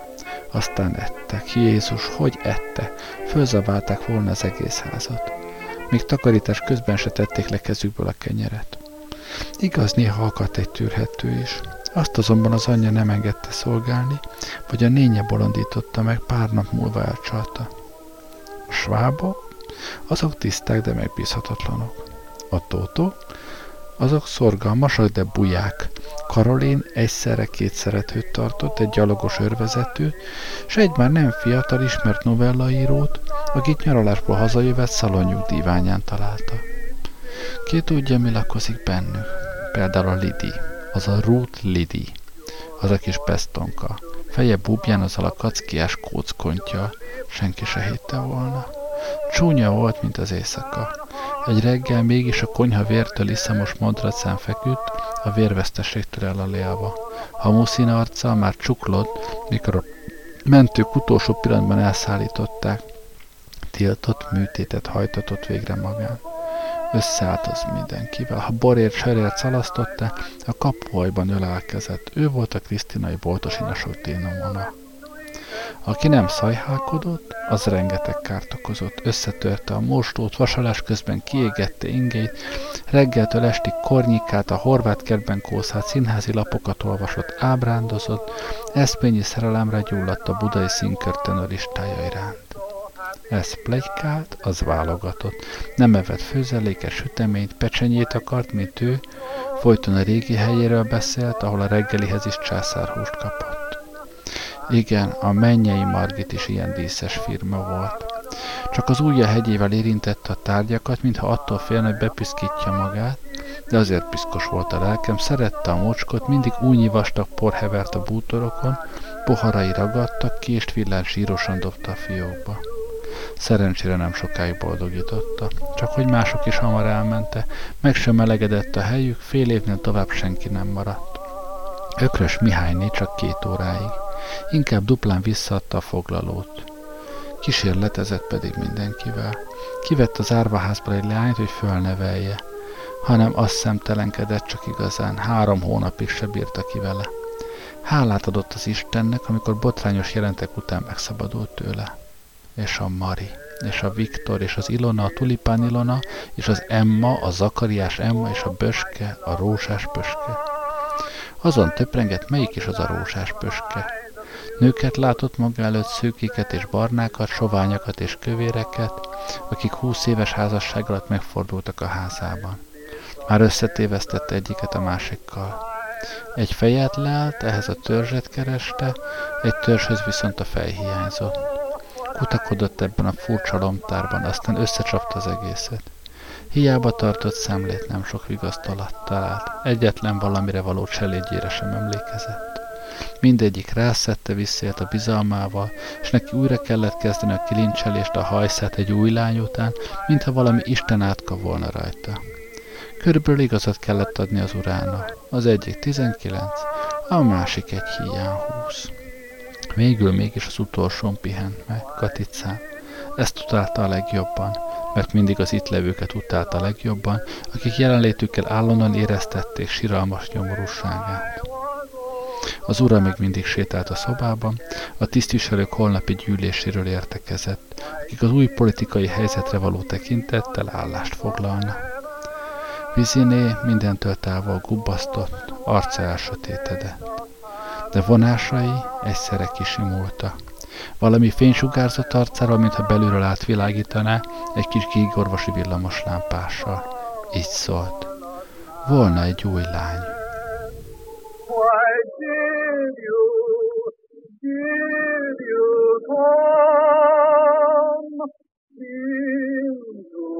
Aztán ettek. Jézus, hogy ette? Fölzabálták volna az egész házat. Még takarítás közben se tették le kezükből a kenyeret. Igaz, néha akadt egy tűrhető is. Azt azonban az anyja nem engedte szolgálni, vagy a nénye bolondította meg, pár nap múlva elcsalta. A svábok, azok tiszták, de megbízhatatlanok. A tótók, azok szorgalmasak, de buják. Karolin egyszerre 2 szeretőt tartott, egy gyalogos őrvezetőt, s egy már nem fiatal ismert novellaírót, akit nyaralásból hazajövet szalonjuk díványán találta. Ki tudja, mi lakozik bennük? Például a Lidi, az a Ruth Lidi, az a kis pestonka. Feje búbján azzal a kackiás kóckontja, senki se hitte volna. Csúnya volt, mint az éjszaka. Egy reggel mégis a konyha vértől iszamos madracán feküdt, a vérveszteségtől elalélva. Hamuszín arccal már csuklott, mikor a mentők utolsó pillanatban elszállították. Tiltott műtétet hajtatott végre magán. Összeállt az mindenkivel. Ha borért, serért szalasztották, a kapuajban ölelkezett. Ő volt a krisztinai boltosinosok dénomona. Aki nem szajhálkodott, az rengeteg kárt okozott. Összetörte a mostót, vasalás közben kiégette ingeit, reggeltől estig kornyikát, a horvát kertben kószált, színházi lapokat olvasott, ábrándozott, eszményi szerelemre gyulladt a budai színkörtenő listája iránt. Ez pletykált, az válogatott. Nem evett főzeléket, süteményt, pecsenyét akart, mint ő, folyton a régi helyéről beszélt, ahol a reggelihez is császárhúst kapott. Igen, a Mennyei Margit is ilyen díszes firma volt. Csak az ujja hegyével érintette a tárgyakat, mintha attól félne, hogy bepiszkítja magát, de azért piszkos volt a lelkem, szerette a mocskot, mindig újnyi vastag por hevert a bútorokon, poharai ragadtak, kést villát zsírosan dobta a fiókba. Szerencsére nem sokáig boldogította, csak hogy mások is hamar elmente, meg sem melegedett a helyük, fél évnél tovább senki nem maradt. Ökrös Mihályné csak 2 óráig, inkább duplán visszaadta a foglalót. Kísérletezett pedig mindenkivel. Kivett az árvaházból egy leányt, hogy fölnevelje, hanem azt szemtelenkedett csak igazán, 3 hónapig se bírta ki vele. Hálát adott az Istennek, amikor botrányos jelentek után megszabadult tőle. És a Mari, és a Viktor, és az Ilona, a Tulipán Ilona, és az Emma, a Zakariás Emma, és a Böske, a rózsás pöske. Azon töprengett, melyik is az a rózsás pöske. Nőket látott maga előtt, szőkéket és barnákat, soványakat és kövéreket, akik 20 éves házasság alatt megfordultak a házában. Már összetévesztette egyiket a másikkal. Egy fejet leállt, ehhez a törzset kereste, egy törzshöz viszont a fej hiányzott. Kutakodott ebben a furcsa lomtárban, aztán összecsapta az egészet. Hiába tartott szemlét, nem sok vigaszt talált, egyetlen valamire való cselédjére sem emlékezett. Mindegyik rászedte, visszaélt a bizalmával, és neki újra kellett kezdeni a kilincselést, a hajszát egy új lány után, mintha valami Isten átka volna rajta. Körülbelül igazat kellett adni az urának. Az egyik 19, a másik egy híján 20. Végül mégis az utolsón pihent meg, Katicán. Ezt utálta a legjobban, mert mindig az itt levőket utálta a legjobban, akik jelenlétükkel állandóan éreztették siralmas nyomorúságát. Az ura még mindig sétált a szobában, a tisztviselők holnapi gyűléséről értekezett, akik az új politikai helyzetre való tekintettel állást foglalna. Viziné mindentől távol gubbasztott, arca elsötétedett, de vonásai egyszerre kisimultak. Valami fénysugárzott arcáról, mintha belülről átvilágítaná egy kis gégorvosi villamos lámpással. Így szólt. Volna egy új lány. Why did you come into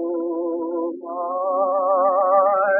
my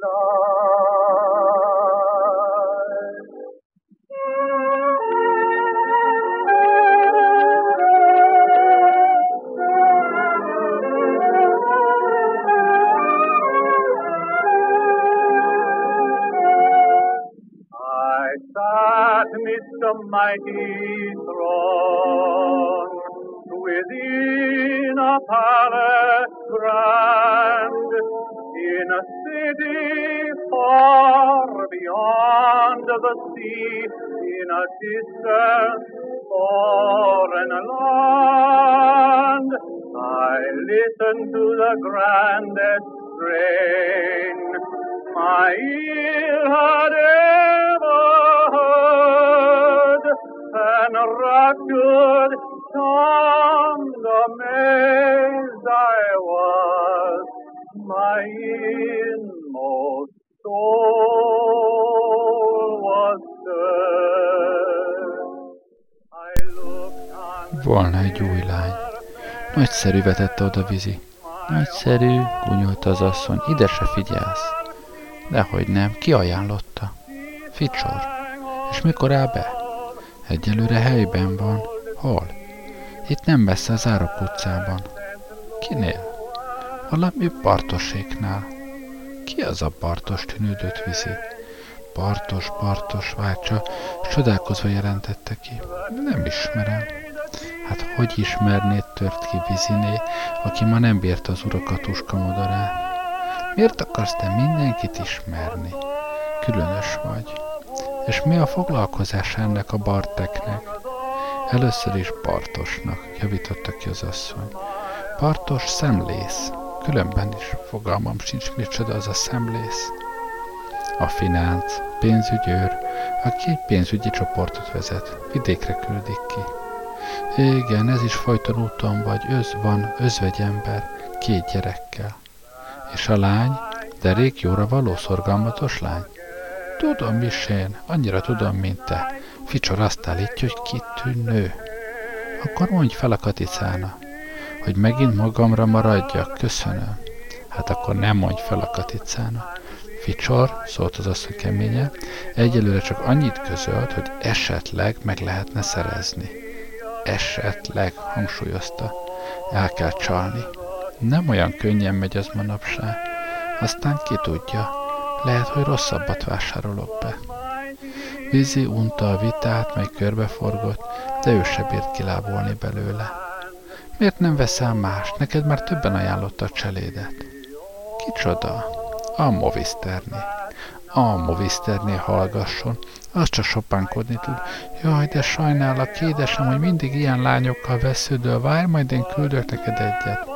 midst a mighty throng, within a palace grand, in a city far beyond the sea, in a distant foreign land. I listened to the grandest strain my ear had ever heard, and raptured, charmed, amazed I was, my inmost soul was stirred. I looked on. Volna egy új lány. Nagyszerű, vetette oda Vizi. Nagyszerű, gúnyolta az asszony, ide se figyelsz. Dehogy nem, ki ajánlotta? Ficsor. És mikor áll be? Egyelőre helyben van. Hol? Itt nem messze az Árok utcában. Kinél? Valami Bartoséknál. Ki az a Bartos, tűnődött Vizi? Bartos, Vácsa, és csodálkozva jelentette ki. Nem ismerem. Hát hogy ismernéd, tört ki Viziné, aki ma nem bírta az urakatuska modorát. Miért akarsz te mindenkit ismerni? Különös vagy. És mi a foglalkozás ennek a Barteknek? Először is Bartosnak, javította ki az asszony. Bartos szemlész. Különben is fogalmam sincs, micsoda az a szemlész. A finánc, pénzügyőr, aki egy pénzügyi csoportot vezet. Vidékre küldik ki. Igen, ez is folyton úton vagy, van özvegyember, 2 gyerekkel. És a lány, derék jóra való, szorgalmatos lány? Tudom is én, annyira tudom, mint te. Ficsor azt állítja, hogy kitűnő. Akkor mondj fel a Katicána. Hogy megint magamra maradjak, köszönöm. Hát akkor nem mondj fel a Katicának. Ficsor, szólt az asszony keményen, egyelőre csak annyit közölt, hogy esetleg meg lehetne szerezni. Esetleg, hangsúlyozta. El kell csalni. Nem olyan könnyen megy az manapság. Aztán ki tudja, lehet, hogy rosszabbat vásárolok be. Vizi unta a vitát, mely körbeforgott, de ő se bírt kilábolni belőle. Miért nem veszel más? Neked már többen ajánlotta a cselédet. Kicsoda? A Moviszterné. A Moviszterné hallgasson, az csak sopánkodni tud. Jaj, de sajnálok, édesem, hogy mindig ilyen lányokkal vesződöl, várj, majd én küldök neked egyet.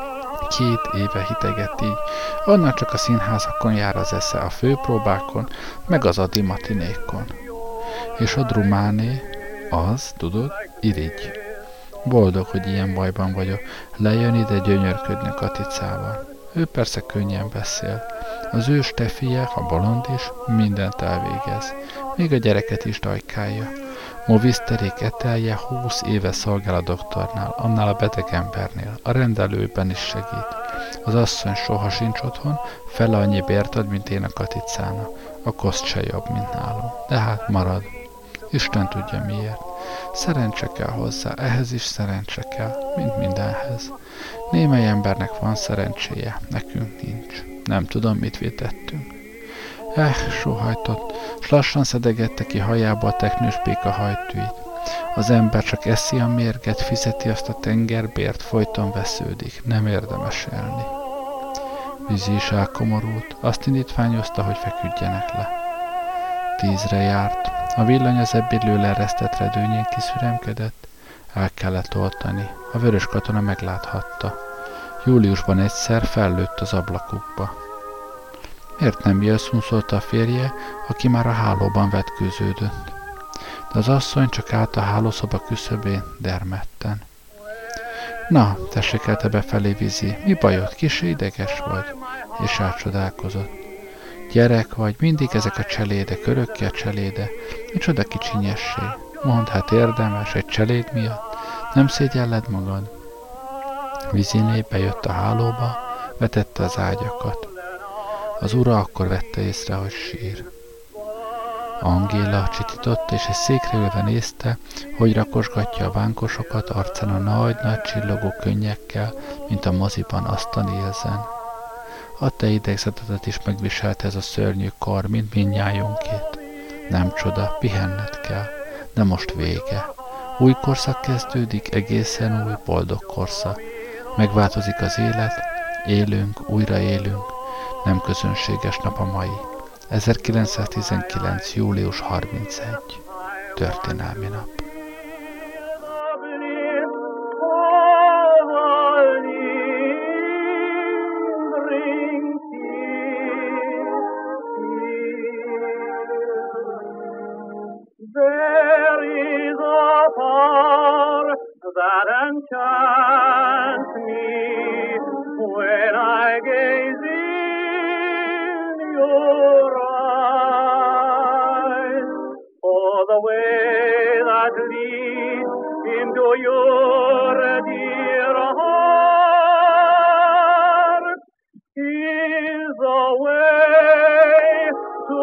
2 éve hitegett így, onnan csak a színházakon jár az esze, a főpróbákon, meg az adimatinékon. És a drumáné, az, tudod, irigy. Boldog, hogy ilyen bajban vagyok, lejön ide gyönyörködni Katicával. Ő persze könnyen beszél. Az ő Stefije, a bolond is, mindent elvégez. Még a gyereket is dajkálja. Moviszterék etelje 20 éve szolgál a doktornál, annál a beteg embernél. A rendelőben is segít. Az asszony soha sincs otthon, fele annyi bért ad, mint én a Katicának. A koszt se jobb, mint nálam. De hát marad. Isten tudja miért. Szerencse kell hozzá, ehhez is szerencse kell, mint mindenhez. Némely embernek van szerencséje, nekünk nincs. Nem tudom, mit vétettünk. Sóhajtott, s lassan szedegette ki hajába a teknős béka hajtűit. Az ember csak eszi a mérget, fizeti azt a tengerbért, folyton vesződik, nem érdemes élni. Vizi is elkomorult, azt indítványozta, hogy feküdjenek le. 10-re járt, a villany az ebédlő leeresztett redőnyén kiszüremkedett, el kellett oltani, a vörös katona megláthatta. Júliusban egyszer fellőtt az ablakukba. Miért nem jössz, unszolta a férje, aki már a hálóban vetkőződött. De az asszony csak állt a hálószoba küszöbén, dermedten. Na, tessékelte befelé Vizi, mi bajod, kissé ideges vagy? És elcsodálkozott. Gyerek vagy, mindig ezek a cselédek, örökké a cseléde. Micsoda kicsinyesség. Mondd, hát érdemes, egy cseléd miatt. Nem szégyelled magad? Viziné bejött a hálóba, vetette az ágyakat. Az ura akkor vette észre, hogy sír. Angéla csitított, és egy székre ülve nézte, hogy rakosgatja a vánkosokat arcán a nagy-nagy csillogó könnyekkel, mint a moziban azt a Nielsen. A te idegzetedet is megviselte ez a szörnyű kar, mint mindnyájunkét. Nem csoda, pihenned kell, de most vége. Új korszak kezdődik, egészen új, boldog korszak. Megváltozik az élet, élünk, újra élünk. Nem közönséges nap a mai. 1919. július 31. Történelmi nap. There is a power that enchants me when I gaze in your eyes. Oh, the way that leads into your dear heart is a way to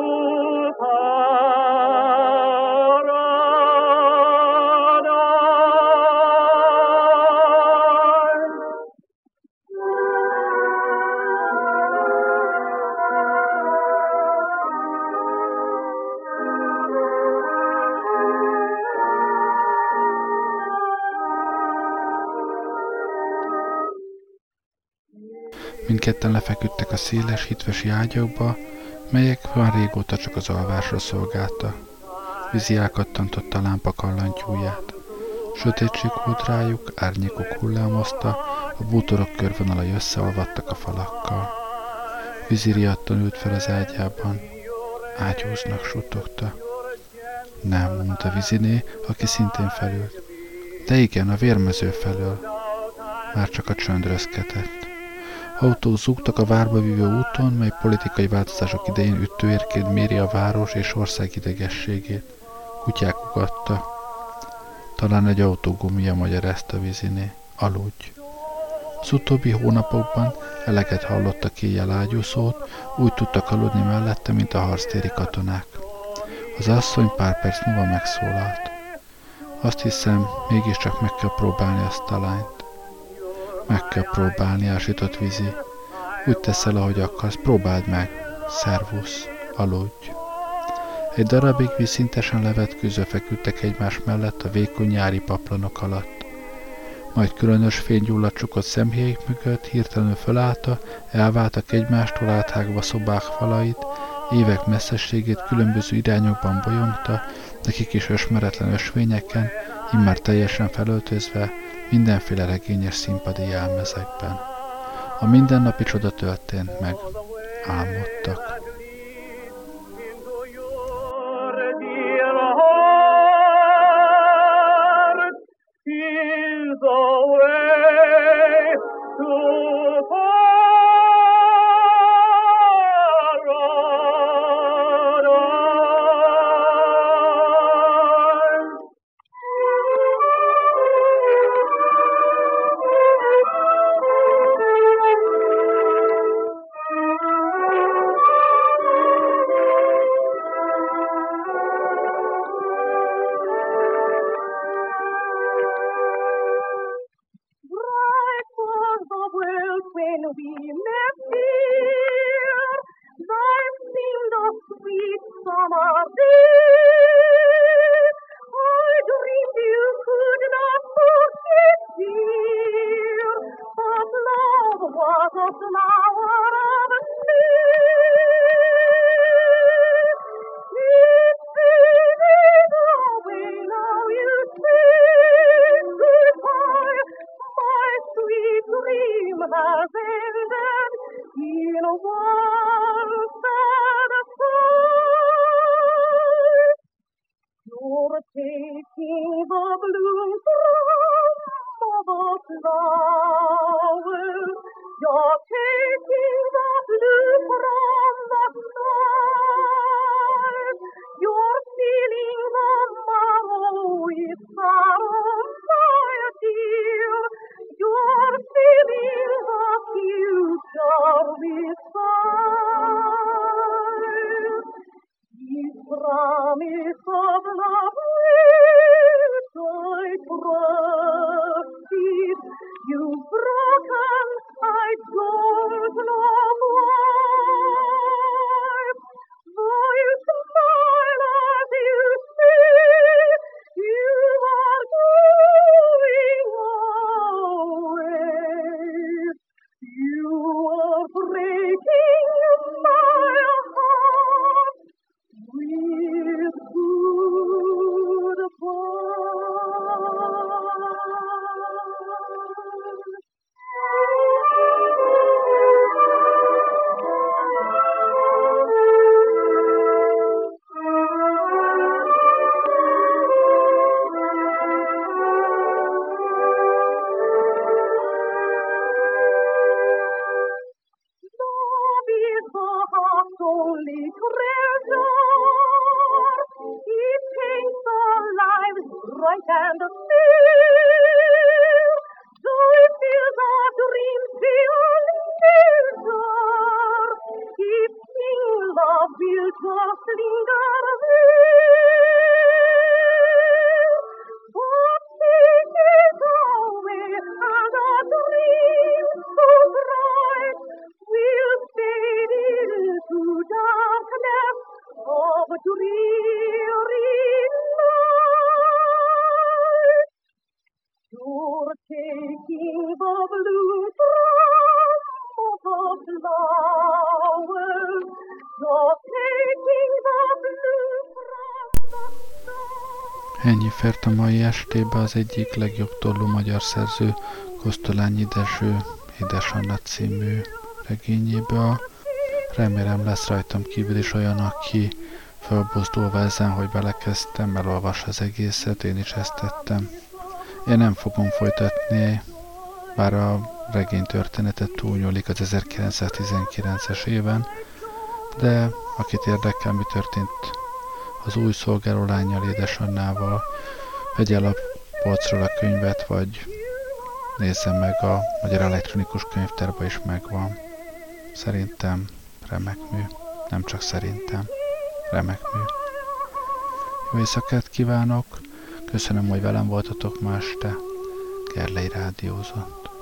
Mindketten lefeküdtek a széles, hitvesi ágyakba, melyek már régóta csak az alvásra szolgáltak. Vizi elkattantotta a lámpa kallantyúját. Sötétség hult rájuk, árnyékok hullámozta, a bútorok körvonalai összeolvadtak a falakkal. Vizi riadtan ült fel az ágyában. Ágyúznak, suttogta. Nem, mondta Viziné, aki szintén felült. De igen, a vérmező felől. Már csak a csönd röszketett. Autók zúgtak a várba vívő úton, mely politikai változások idején ütőérként méri a város és ország idegességét. Kutyák ugatta. Talán egy autó gumija, magyarázta Viziné. Aludj. Az utóbbi hónapokban eleget hallottak éjjel ágyúszót, úgy tudtak aludni mellette, mint a harctéri katonák. Az asszony pár perc múlva megszólalt. Azt hiszem, mégiscsak meg kell próbálni azt a lányt. Meg kell próbálni, ásított Vizi. Úgy teszel, ahogy akarsz, próbáld meg. Szervusz, aludj. Egy darabig vízszintesen levetkőzve feküdtek egymás mellett a vékony nyári paplanok alatt. Majd különös fénygyulladt csukott szemhéjék mögött hirtelenül fölállta, elváltak egymástól áthágva szobák falait, évek messzességét különböző irányokban bolyongta, nekik is ösmeretlen ösvényeken, immár teljesen felöltözve mindenféle regényes színpadi jelmezekben. A mindennapi csoda történt meg, álmodtak. Ennyi fért a mai estébe az egyik legjobb tollú magyar szerző Kosztolányi Dezső Édes Anna című regényéből. Remélem lesz rajtam kívül is olyan, aki felbozdulva ezen, hogy belekezdtem, elolvas az egészet, én is ezt tettem. Én nem fogom folytatni, bár a regény története túlnyúlik az 1919-es éven, de akit érdekel, mi történt az új szolgáló lánnyal, édesanyjával, vegye el a polcról a könyvet, vagy nézzem meg, a Magyar Elektronikus Könyvtárban is megvan. Szerintem remek mű. Nem csak szerintem. Remek mű. Jó éjszakát kívánok! Köszönöm, hogy velem voltatok ma este. Gerlei rádiózott.